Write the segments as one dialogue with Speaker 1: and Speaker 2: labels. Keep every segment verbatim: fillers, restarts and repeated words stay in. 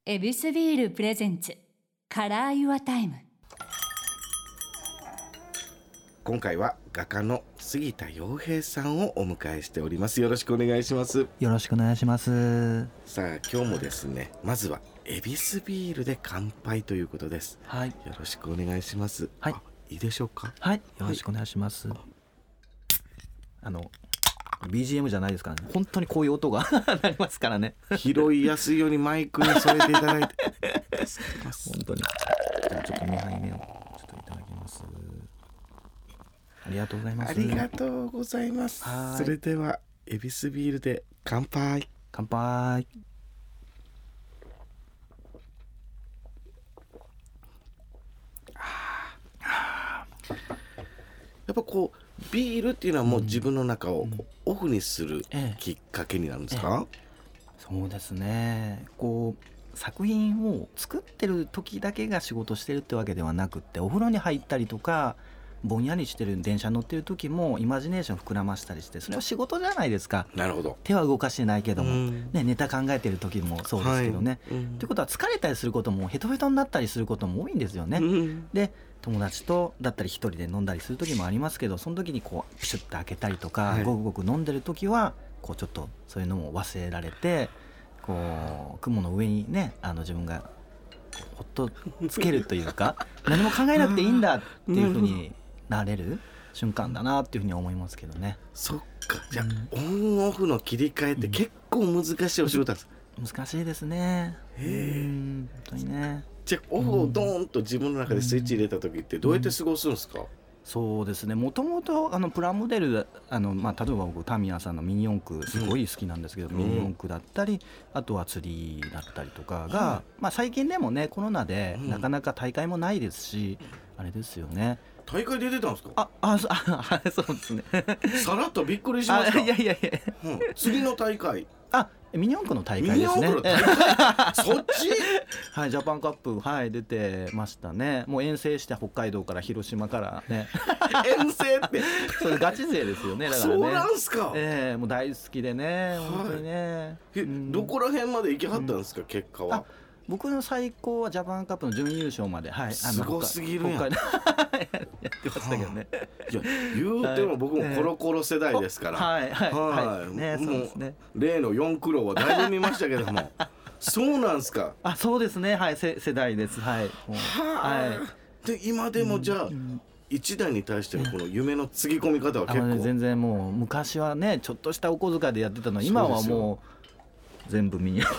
Speaker 1: エビスビールプレゼンツカラーユアタイム。
Speaker 2: 今回は画家の杉田洋平さんをお迎えしております。よろしくお願いします。
Speaker 3: よろしくお願いします。
Speaker 2: さあ今日もですね、まずはエビスビールで乾杯ということです。
Speaker 3: はい、
Speaker 2: よろしくお願いします。
Speaker 3: はい、
Speaker 2: いいでしょうか。
Speaker 3: はい、よろしくお願いします。はい、あの ビージーエム じゃないですからね、本当にこういう音がなりますからね。
Speaker 2: 拾いやすいようにマイクに添えていただいて
Speaker 3: 本当に。じゃあちょっとにはいめをちょっといただきます。ありがとうございます。
Speaker 2: ありがとうございます。それではエビスビールで乾杯。
Speaker 3: 乾杯。
Speaker 2: やっぱこうビールっていうのはもう自分の中をこうオフにするきっかけになるんですか。
Speaker 3: ええ、そうですね。こう作品を作ってる時だけが仕事してるってわけではなくって、お風呂に入ったりとかぼんやりしてる電車乗ってる時もイマジネーション膨らましたりして、それは仕事じゃないですか。
Speaker 2: なるほど。
Speaker 3: 手は動かしてないけども、
Speaker 2: うん
Speaker 3: ね、ネタ考えてる時もそうですけどね、
Speaker 2: はい、うん、
Speaker 3: ということは疲れたりすることもヘトヘトになったりすることも多いんですよね、
Speaker 2: うん、
Speaker 3: で友達とだったり一人で飲んだりする時もありますけど、その時にこうプシュッと開けたりとか、はい、ごくごく飲んでる時はこうちょっとそういうのも忘れられて、こう雲の上にね、あの自分がほっとつけるというか何も考えなくていいんだっていう風になれる瞬間だなっていうふうに思いますけどね。
Speaker 2: そっか。じゃあ、うん、オンオフの切り替えって結構難しいお仕事なんです、
Speaker 3: うん、難しいですね。
Speaker 2: へえ、
Speaker 3: うん、本当にね。
Speaker 2: じゃあオフをドーンと自分の中でスイッチ入れた時ってどうやって過ごすんですか。
Speaker 3: うん、そうですね。もともとあのプラモデル、あの、まあ、例えば僕タミヤさんのミニ四駆すごい好きなんですけど、うん、ミニ四駆だったりあとは釣りだったりとかが、はい、まあ、最近でもねコロナでなかなか大会もないですし、うん、あれですよね。
Speaker 2: 大会出てたんですか。
Speaker 3: ああそあそうですね。
Speaker 2: さらっとびっくりしました。
Speaker 3: いやいやいや、
Speaker 2: うん、釣りの大会。
Speaker 3: あ、ミニ四駆の大会ですね。
Speaker 2: ミニ四駆の大会そっち
Speaker 3: はい、ジャパンカップ、はい、出てましたね。もう遠征して北海道から広島からね
Speaker 2: 遠征って
Speaker 3: それガチ勢ですよね。だからね。
Speaker 2: そうなんすか。
Speaker 3: えー、もう大好きでね、本当にね、
Speaker 2: え、うん、どこら辺まで行きはったんですか、うん、結果は。
Speaker 3: 僕の最高はジャパンカップの準優勝まで、はい、あの
Speaker 2: すごすぎるやんやって
Speaker 3: ましたけどね。
Speaker 2: いや言うても僕もコロコロ世代ですから、
Speaker 3: はいはいはい、
Speaker 2: はい、
Speaker 3: ね、そうですね。
Speaker 2: 例のよんクロはだいぶ見ましたけどもそうなんすか。
Speaker 3: あ、そうですね、はい、世代です。はい、
Speaker 2: は、はい、で今でもじゃあ、うん、一台に対してのこの夢のつぎ込み方は結構、
Speaker 3: ね、全然もう昔はねちょっとしたお小遣いでやってたの、今はもう全部見に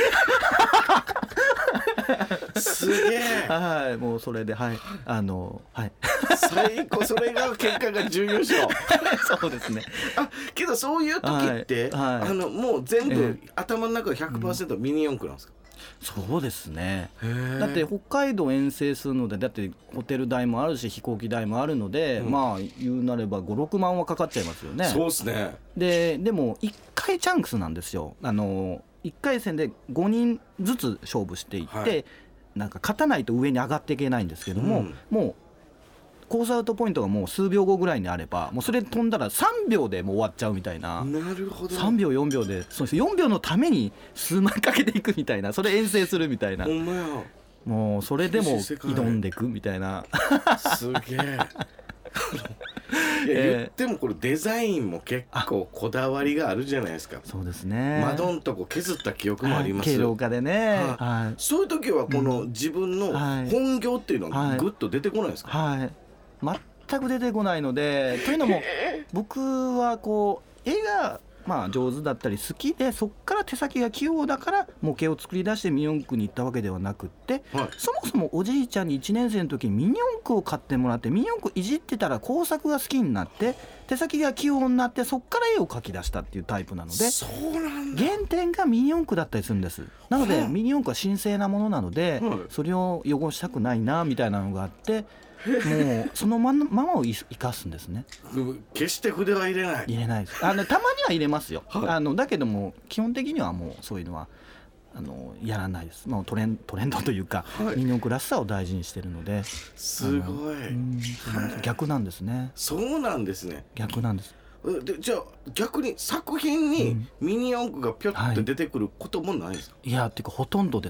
Speaker 2: すげえ
Speaker 3: はい、もうそれで、はい、あの、はい、
Speaker 2: 最高。それが結果が準優勝
Speaker 3: そうですね。
Speaker 2: あ、けどそういう時って、はいはい、あのもう全部、えー、頭の中が ひゃくパーセント ミニ四駆なんですか。
Speaker 3: うん、そうですね。だって北海道遠征するので、だってホテル代もあるし飛行機代もあるので、うん、まあ言うなればご、ろくまんはかかっちゃいますよね。
Speaker 2: そうですね。
Speaker 3: で、でもいっかいチャンクスなんですよ。あのいっかい戦でごにんずつ勝負していって、はい、なんか勝たないと上に上がっていけないんですけども、うん、もうコースアウトポイントがもう数秒後ぐらいにあれば、もうそれ飛んだらさんびょうでもう終わっちゃうみたいな。
Speaker 2: なるほど。
Speaker 3: さんびょうよんびょうで、そうです、よんびょうのために数万かけていくみたいな、それ遠征するみたいな。
Speaker 2: ほんまや。
Speaker 3: もうそれでも挑んでいくみたいな。
Speaker 2: すげえいや、言ってもこれデザインも結構こだわりがあるじゃないですか。
Speaker 3: そうですね。
Speaker 2: 窓んとこ削った記憶もあります。
Speaker 3: 軽量化でね、
Speaker 2: ははい、そういう時はこの自分の本業っていうのはグッと出てこないですか。
Speaker 3: はい、はい、全く出てこないので、というのも僕はこう絵がまあ上手だったり好きで、そっから手先が器用だから模型を作り出してミニ四駆に行ったわけではなくって、はい、そもそもおじいちゃんにいちねん生の時にミニ四駆を買ってもらって、ミニ四駆いじってたら工作が好きになって手先が器用になって、そっから絵を描き出したっていうタイプなので、
Speaker 2: そうなんだ。
Speaker 3: 原点がミニ四駆だったりするんです。なので、はあ、ミニ四駆は神聖なものなので、はい、それを汚したくないなみたいなのがあって、もうそのままを生かすんですね。
Speaker 2: 決して筆は入れない。
Speaker 3: 入れないです。あのたまには入れますよ、はい、あのだけども基本的にはもうそういうのはあのやらないです。もうトレン、トレンドというか、はい、ミニ四駆らしさを大事にしてるので。
Speaker 2: すごい、うん、
Speaker 3: 逆なんですね。
Speaker 2: そうなんですね。
Speaker 3: 逆なんです。
Speaker 2: でじゃあ逆に作品にミニ四駆がピョッと出てくることもないですか。
Speaker 3: うん、いやっていうかほとんどです。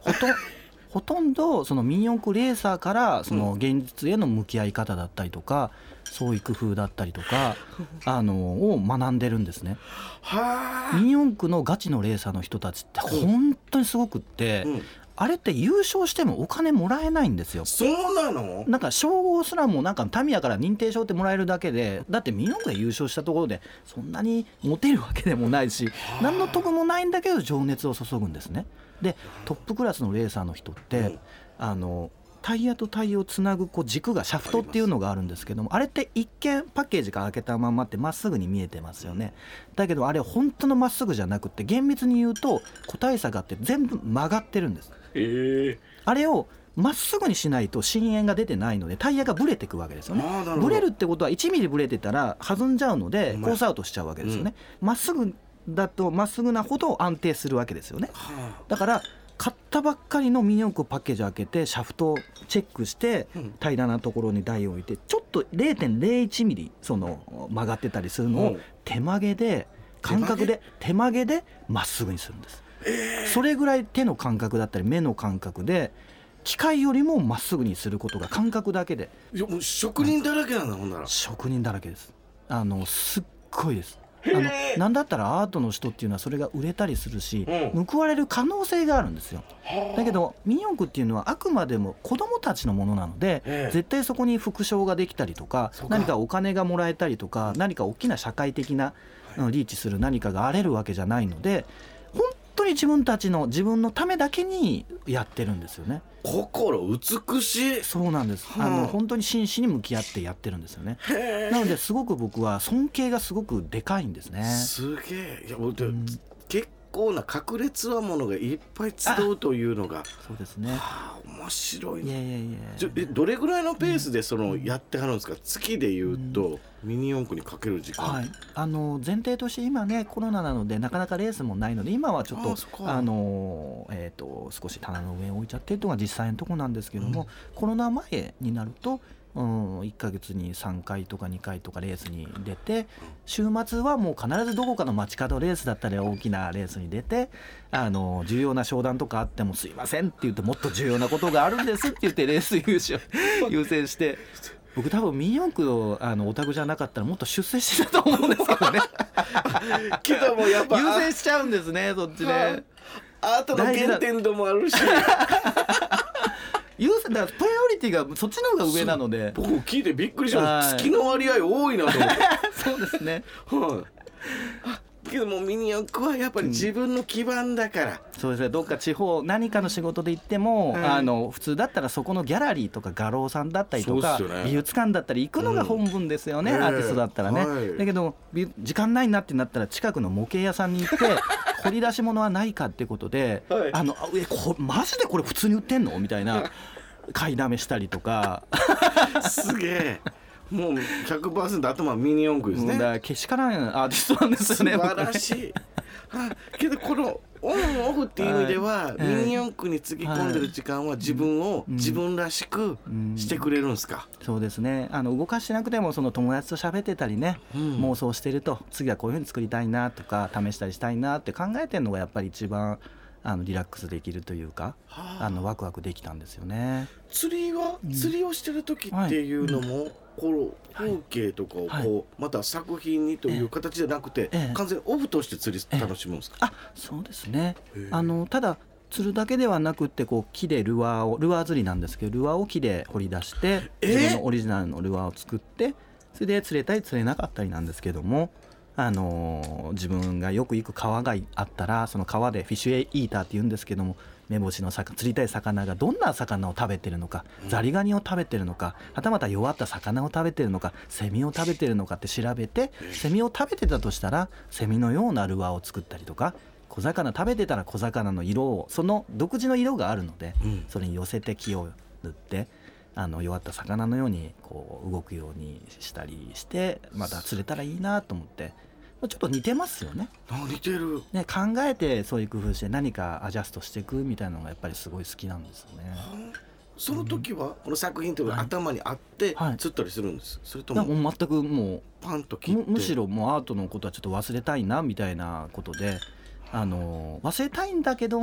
Speaker 3: ほとほとんどそのミニ四駆レーサーからその現実への向き合い方だったりとか、創意工夫だったりとかあのを学んでるんですね。
Speaker 2: はあ。
Speaker 3: ミニ四駆のガチのレーサーの人たちって本当にすごくって、うん、あれって優勝してもお金もらえないんですよ。
Speaker 2: そうなの？
Speaker 3: なんか称号すらもなんかタミヤから認定証ってもらえるだけで、だってミニ四駆で優勝したところでそんなにモテるわけでもないし、何の得もないんだけど情熱を注ぐんですね。でトップクラスのレーサーの人って、うん、あのタイヤとタイヤをつなぐこう軸がシャフトっていうのがあるんですけども、 あ, あれって一見パッケージが開けたままってまっすぐに見えてますよね。だけどあれ本当のまっすぐじゃなくて、厳密に言うと個体差があって全部曲がってるんです。
Speaker 2: えー、
Speaker 3: あれをまっすぐにしないと深淵が出てないのでタイヤがブレていくわけですよね。ブレるってことはいちミリブレてたら弾んじゃうのでコースアウトしちゃうわけですよね。ま、うん、っすぐだとまっすぐなほど安定するわけですよね。だから買ったばっかりのミニ四駆パッケージを開けてシャフトをチェックして平らなところに台を置いてちょっと れいてんれいいちミリその曲がってたりするのを手曲げで感覚で手曲げでまっすぐにするんです。それぐらい手の感覚だったり目の感覚で機械よりもまっすぐにすることが感覚だけで。
Speaker 2: いやもう職人だらけなんだ。ほんなら
Speaker 3: 職人だらけです。あのすっごいです。あのなんだったらアートの人っていうのはそれが売れたりするし、うん、報われる可能性があるんですよ。だけどミニ四駆っていうのはあくまでも子どもたちのものなので、絶対そこに副賞ができたりとか何かお金がもらえたりとか何か大きな社会的なリーチする何かがあれるわけじゃないので、本当に自分たちの自分のためだけにやってるんですよね。
Speaker 2: 心美しい。
Speaker 3: そうなんです、はあ、あの本当に真摯に向き合ってやってるんですよね。なのですごく僕は尊敬がすごくでかいんですね。
Speaker 2: すげえ。いや、うん、結構な確率はものがいっぱい集うというのが。
Speaker 3: そうですね、
Speaker 2: はあ、面白い。
Speaker 3: いやいやいや
Speaker 2: ちょえどれぐらいのペースでそのやってはるんですか？月でいうと、うん、ミニ四駆にかける時間、
Speaker 3: はい、あの前提として今ねコロナなのでなかなかレースもないので今はちょっと あ, あの、えー、と少し棚の上に置いちゃってるというのが実際のところなんですけども、うん、コロナ前になると、うん、いっかげつにさんかいとかにかいとかレースに出て、週末はもう必ずどこかの街角レースだったり大きなレースに出て、あの重要な商談とかあってもすいませんって言ってもっと重要なことがあるんですって言ってレース優勝優先して僕多分ミニ四駆のあのオタクじゃなかったらもっと出世してたと思うんですけどね
Speaker 2: けどもやっぱ
Speaker 3: 優先しちゃうんですね、そっちね。
Speaker 2: アートの原点度もあるし
Speaker 3: 優先だからプライオリティがそっちの方が上なので、
Speaker 2: 僕聞いてびっくりしました。月の割合多いなと思って
Speaker 3: そうですね、
Speaker 2: はい、けどもミニ四駆はやっぱり自分の基盤だから、うん、
Speaker 3: そうですね。どっか地方何かの仕事で行っても、うん、あの普通だったらそこのギャラリーとか画廊さんだったりとか、ね、美術館だったり行くのが本分ですよね、うん、アーティストだったらね、はい、だけど時間ないなってなったら近くの模型屋さんに行って掘り出し物はないかってことで、はい、あのえこマジでこれ普通に売ってんのみたいな買いだめしたりとか
Speaker 2: すげえ。もう ひゃくパーセント 頭はミニ四駆ですね。
Speaker 3: だからけしからんアーティストなんですよね。
Speaker 2: 素晴らしいはけどこのオンオフっていう意味では、はい、ミニ四駆につぎ込んでる時間は自分を自分らしくしてくれるんですか？
Speaker 3: うん、そうですね。あの動かしてなくてもその友達と喋ってたりね、うん、妄想してると次はこういう風に作りたいなとか試したりしたいなって考えてるのがやっぱり一番あのリラックスできるというか、はあ、あのワクワクできたんですよね。
Speaker 2: 釣りは、うん、釣りをしてる時っていうのも、はい、この風景とかをこう、はい、また作品にという形じゃなくて、ええ、完全にオフとして釣り楽しむんですか？
Speaker 3: ええ、あ、そうですね。あのただ釣るだけではなくってこう木でルアーをルアー釣りなんですけどルアーを木で掘り出して自分のオリジナルのルアーを作ってそれで釣れたり釣れなかったりなんですけども、あのー、自分がよく行く川があったらその川でフィッシュイーターって言うんですけども、目星の魚釣りたい魚がどんな魚を食べてるのか、ザリガニを食べてるのか、はたまた弱った魚を食べてるのか、セミを食べてるのかって調べて、セミを食べてたとしたらセミのようなルアーを作ったりとか、小魚食べてたら小魚の色をその独自の色があるので、それに寄せて木を塗ってあの弱った魚のようにこう動くようにしたりしてまた釣れたらいいなと思って、ちょっと似てますよね。
Speaker 2: あ、似てる、
Speaker 3: ね、考えてそういう工夫して何かアジャストしていくみたいなのがやっぱりすごい好きなんですよね。
Speaker 2: その時はこの作品というのが頭にあって釣ったりするんです、はい、それとも
Speaker 3: もう全くもう
Speaker 2: パンと切って
Speaker 3: む, むしろもうアートのことはちょっと忘れたいなみたいなことで、あの忘れたいんだけども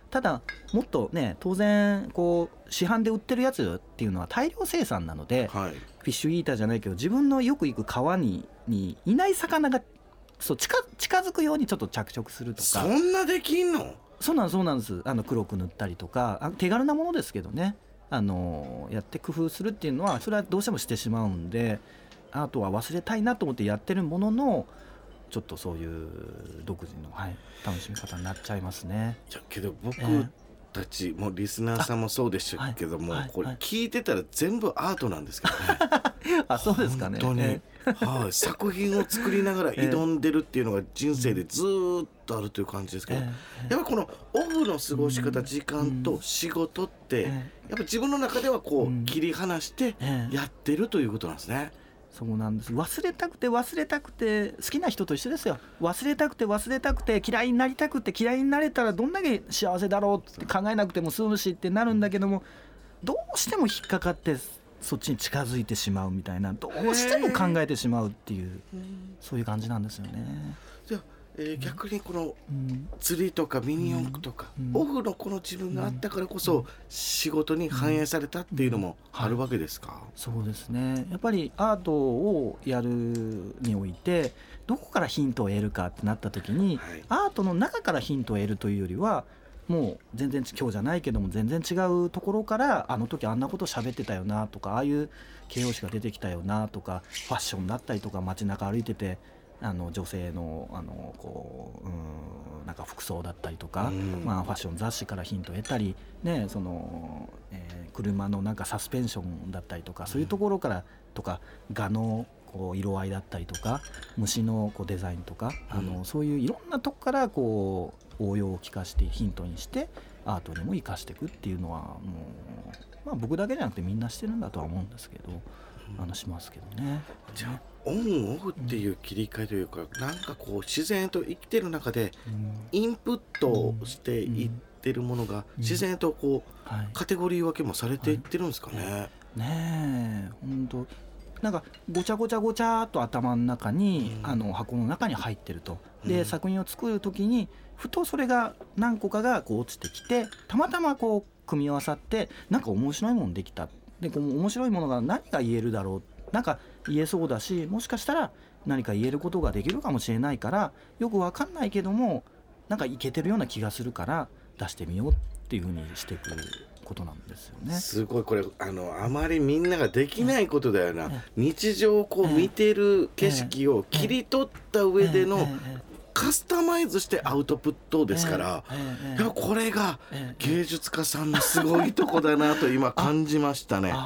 Speaker 3: ただもっとね当然こう市販で売ってるやつっていうのは大量生産なので、はい、フィッシュイーターじゃないけど自分のよく行く川ににいない魚がそう近, 近づくようにちょっと着色するとか。
Speaker 2: そんなできんの？
Speaker 3: そうなんそうなんです。あの黒く塗ったりとか、あ手軽なものですけどね、あのやって工夫するっていうのはそれはどうしてもしてしまうんで、アートは忘れたいなと思ってやってるもののちょっとそういう独自の、はい、楽しみ方になっちゃいますね。
Speaker 2: いやけど僕たち、えー、もうリスナーさんもそうでしょうけども、はいはい、これ聞いてたら全部アートなんですけどね
Speaker 3: あそうですかね。
Speaker 2: 本当に、
Speaker 3: え
Speaker 2: ーはい、作品を作りながら挑んでるっていうのが人生でずっとあるという感じですけど、えー、やっぱりこのオフの過ごし方、時間と仕事って、やっぱ自分の中ではこう切り離してやってるということなんですね。
Speaker 3: そうなんです。忘れたくて忘れたくて、好きな人と一緒ですよ。忘れたくて忘れたくて、嫌いになりたくて、嫌いになれたらどんだけ幸せだろうって考えなくても済むしってなるんだけども、どうしても引っかかってそっちに近づいてしまうみたいな、どうしても考えてしまうっていう、そういう感じなんですよね。
Speaker 2: じゃあ、えー、逆にこの釣りとかミニ四駆とか、うん、オフのこの自分があったからこそ仕事に反映されたっていうのもあるわけですか？はい、
Speaker 3: そうですね。やっぱりアートをやるにおいてどこからヒントを得るかってなった時に、はい、アートの中からヒントを得るというよりは、もう全然今日じゃないけども全然違うところから、あの時あんなこと喋ってたよなとか、ああいう形容詞が出てきたよなとか、ファッションだったりとか、街中歩いててあの女性の、あのこう、うん、なんか服装だったりとか、まあ、ファッション雑誌からヒントを得たり、ね、そのえー、車のなんかサスペンションだったりとか、そういうところからとか、画のこう色合いだったりとか、虫のこうデザインとか、あのそういういろんなとこからこう応用を利かしてヒントにしてアートにも生かしていくっていうのは、もう、まあ、僕だけじゃなくてみんなしてるんだとは思うんですけど、あのしますけどね。
Speaker 2: じゃあオンオフっていう切り替えというか、うん、なんかこう自然と生きてる中でインプットしていってるものが自然とこう、うんはい、カテゴリー分けもされていってるんですかね。はい、
Speaker 3: ねえ、本当なんかごちゃごちゃごちゃっと頭の中に、うん、あの箱の中に入ってると。で、うん、作品を作る時にふとそれが何個かがこう落ちてきて、たまたまこう組み合わさってなんか面白いものできた。でこの面白いものが何が言えるだろう、なんか言えそうだし、もしかしたら何か言えることができるかもしれないから、よくわかんないけどもなんかいけてるような気がするから出してみようっていう風にしていくことなんですよね。
Speaker 2: すごい、これあのあまりみんなができないことだよな。日常をこう見てる景色を切り取った上でのカスタマイズしてアウトプットですから、いやこれが芸術家さんのすごいとこだなと今感じましたね。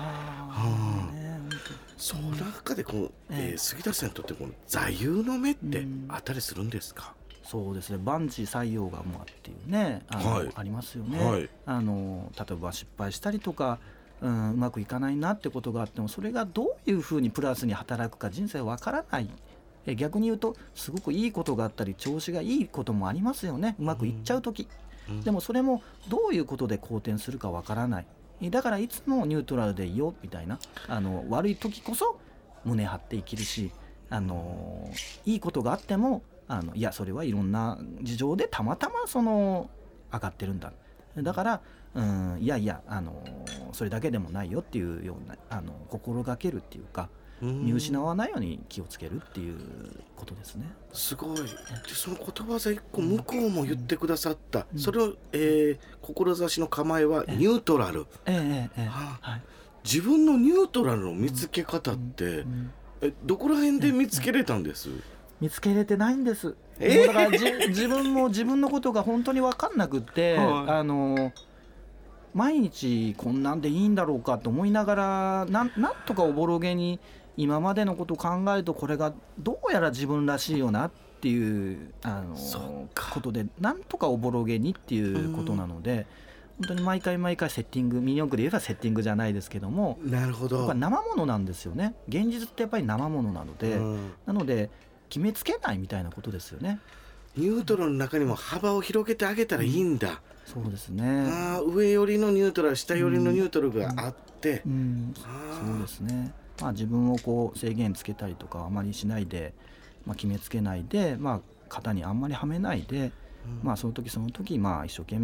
Speaker 2: その中でこの、えー、杉田さんにとってこの座右の銘ってあったりするんですか？
Speaker 3: そうですね、万事採用がもうっていうね、あの、はい、ありますよね。はい、あの例えば失敗したりとか、うん、うまくいかないなってことがあっても、それがどういうふうにプラスに働くか人生わからない。え逆に言うとすごくいいことがあったり調子がいいこともありますよね。うまくいっちゃう時、うん、でもそれもどういうことで好転するかわからない。だからいつもニュートラルでいいよみたいな、あの悪い時こそ胸張って生きるし、あのいいことがあってもあのいやそれはいろんな事情でたまたまその上がってるんだ、だから、うん、いやいやあのそれだけでもないよっていうようなあの心がけるっていうか、見失わないように気をつけるっていうことですね。
Speaker 2: すごい。でその言葉で一個向こうも言ってくださった、うん、それを、えー、志の構えはニュートラル、
Speaker 3: えーえーえー
Speaker 2: はあ
Speaker 3: はい、
Speaker 2: 自分のニュートラルの見つけ方って、うん、えどこら辺で見つけれたんです？
Speaker 3: 見つけれてないんです。えー、だからじ自分も自分のことが本当に分かんなくって、はい、あの毎日こんなんでいいんだろうかと思いながら な, なんとかおぼろげに今までのことを考えると、これがどうやら自分らしいよなっていうあのことで、なんとかおぼろげにっていうことなので、本当に毎回毎回セッティング、ミニ四駆で言えばセッティングじゃないですけども、
Speaker 2: なるほど、
Speaker 3: やっぱ生ものなんですよね。現実ってやっぱり生ものなので、なので決めつけないみたいなことですよね。
Speaker 2: ニュートラルの中にも幅を広げてあげたらいいんだ、
Speaker 3: うん、そうですね。
Speaker 2: あ上寄りのニュートラル、下寄りのニュートラルがあって、うんうん、
Speaker 3: そうですね。まあ、自分をこう制限つけたりとかあまりしないで、まあ、決めつけないで、まあ、型にあんまりはめないで、うんまあ、その時その時まあ一生懸命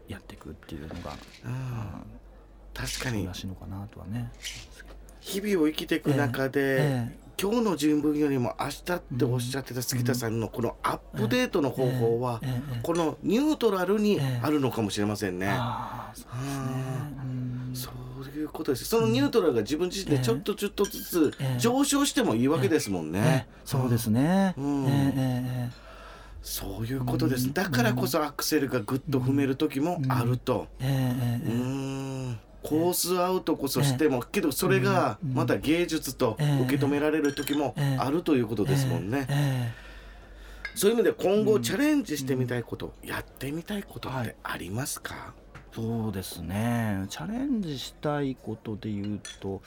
Speaker 3: やっていくっていうのが、
Speaker 2: うん、確かに
Speaker 3: らしいのかなとはね。
Speaker 2: 日々を生きていく中で、えーえー、今日の自分よりも明日っておっしゃってた杉田さんのこのアップデートの方法はこのニュートラルにあるのかもしれませんね。
Speaker 3: あそうですね、
Speaker 2: うん、そういうことです。そのニュートラルが自分自身でちょっとちょっとずつ上昇してもいいわけですもんね。
Speaker 3: えーえー、そうですね、
Speaker 2: うん
Speaker 3: えーえー、
Speaker 2: そういうことです。だからこそアクセルがぐっと踏める時もあると、うん、うんコースアウトこそしても、けどそれがまた芸術と受け止められる時もあるということですもんね。そういう意味で今後チャレンジしてみたいこと、やってみたいことってありますか？はい、
Speaker 3: そうですね、チャレンジしたいことで言うと、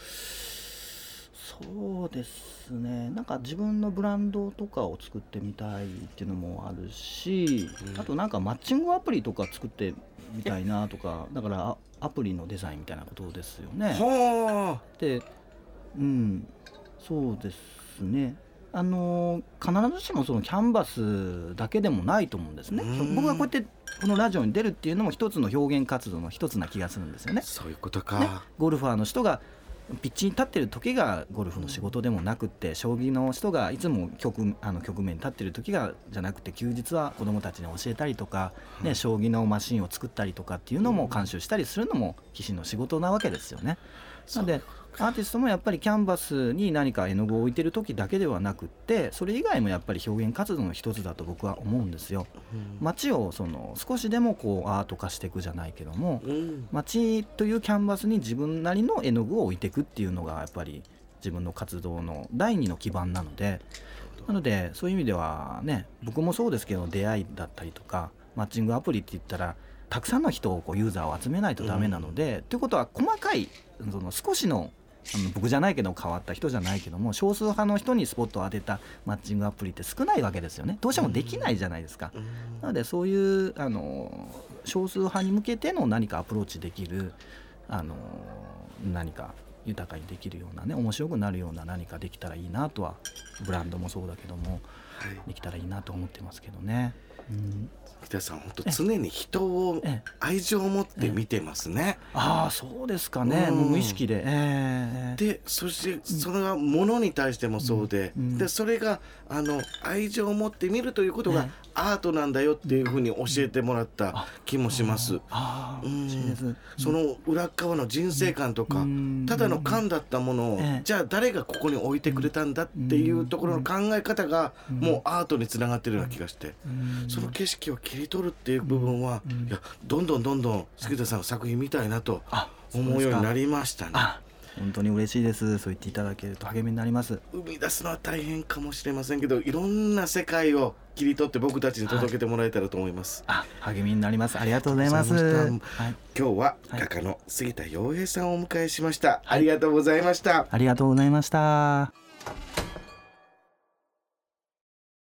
Speaker 3: そうですね、なんか自分のブランドとかを作ってみたいっていうのもあるし、うん、あとなんかマッチングアプリとか作ってみたいなとか、だからアプリのデザインみたいなことですよね。
Speaker 2: はあ。
Speaker 3: で、うん、そうですね。あの必ずしもそのキャンバスだけでもないと思うんですね。僕がこうやってこのラジオに出るっていうのも一つの表現活動の一つな気がするんですよね。
Speaker 2: そういうことか、
Speaker 3: ね、ゴルファーの人がピッチに立ってる時がゴルフの仕事でもなくって、将棋の人がいつも 局, あの局面に立ってる時がじゃなくて、休日は子どもたちに教えたりとか、ね、将棋のマシンを作ったりとかっていうのも監修したりするのも棋士の仕事なわけですよね。なのでアーティストもやっぱりキャンバスに何か絵の具を置いてる時だけではなくって、それ以外もやっぱり表現活動の一つだと僕は思うんですよ。街をその少しでもこうアート化していくじゃないけども、街というキャンバスに自分なりの絵の具を置いていくっていうのがやっぱり自分の活動の第二の基盤なので、なのでそういう意味ではね、僕もそうですけど、出会いだったりとかマッチングアプリって言ったらたくさんの人をこうユーザーを集めないとダメなので、ということは細かいその少しのあの僕じゃないけど変わった人じゃないけども、少数派の人にスポットを当てたマッチングアプリって少ないわけですよね。どうしてもできないじゃないですか。なのでそういうあの少数派に向けての何かアプローチできる、あの何か豊かにできるようなね、面白くなるような何かできたらいいなとは、ブランドもそうだけども、はい、できたらいいなと思ってますけどね。うん、
Speaker 2: 北さん本当常に人を愛情を持って見てますね。
Speaker 3: ああそうですかね、うん、もう無意識で、えー、
Speaker 2: でそしてそれは物に対してもそうで、うん、でそれがあの愛情を持って見るということがアートなんだよっていうふうに教えてもらった気もします。
Speaker 3: ああ、うん、
Speaker 2: その裏側の人生観とか、うん、ただの観だったものを、えー、じゃあ誰がここに置いてくれたんだっていうところの考え方がもうアートにつながってるような気がして、うん、その景色を切り取るっていう部分は、うん、いやどんどんどんどん杉田さんの作品見たいなと思うようになりましたね。
Speaker 3: 本当に嬉しいです。そう言っていただけると励みになります。
Speaker 2: 生み出すのは大変かもしれませんけど、いろんな世界を切り取って僕たちに届けてもらえたらと思います。
Speaker 3: はい、あ、励みになります。ありがとうございます。はい、
Speaker 2: 今日は画家の杉田洋平さんをお迎えしました。はい、ありがとうございました。
Speaker 3: ありがとうございました。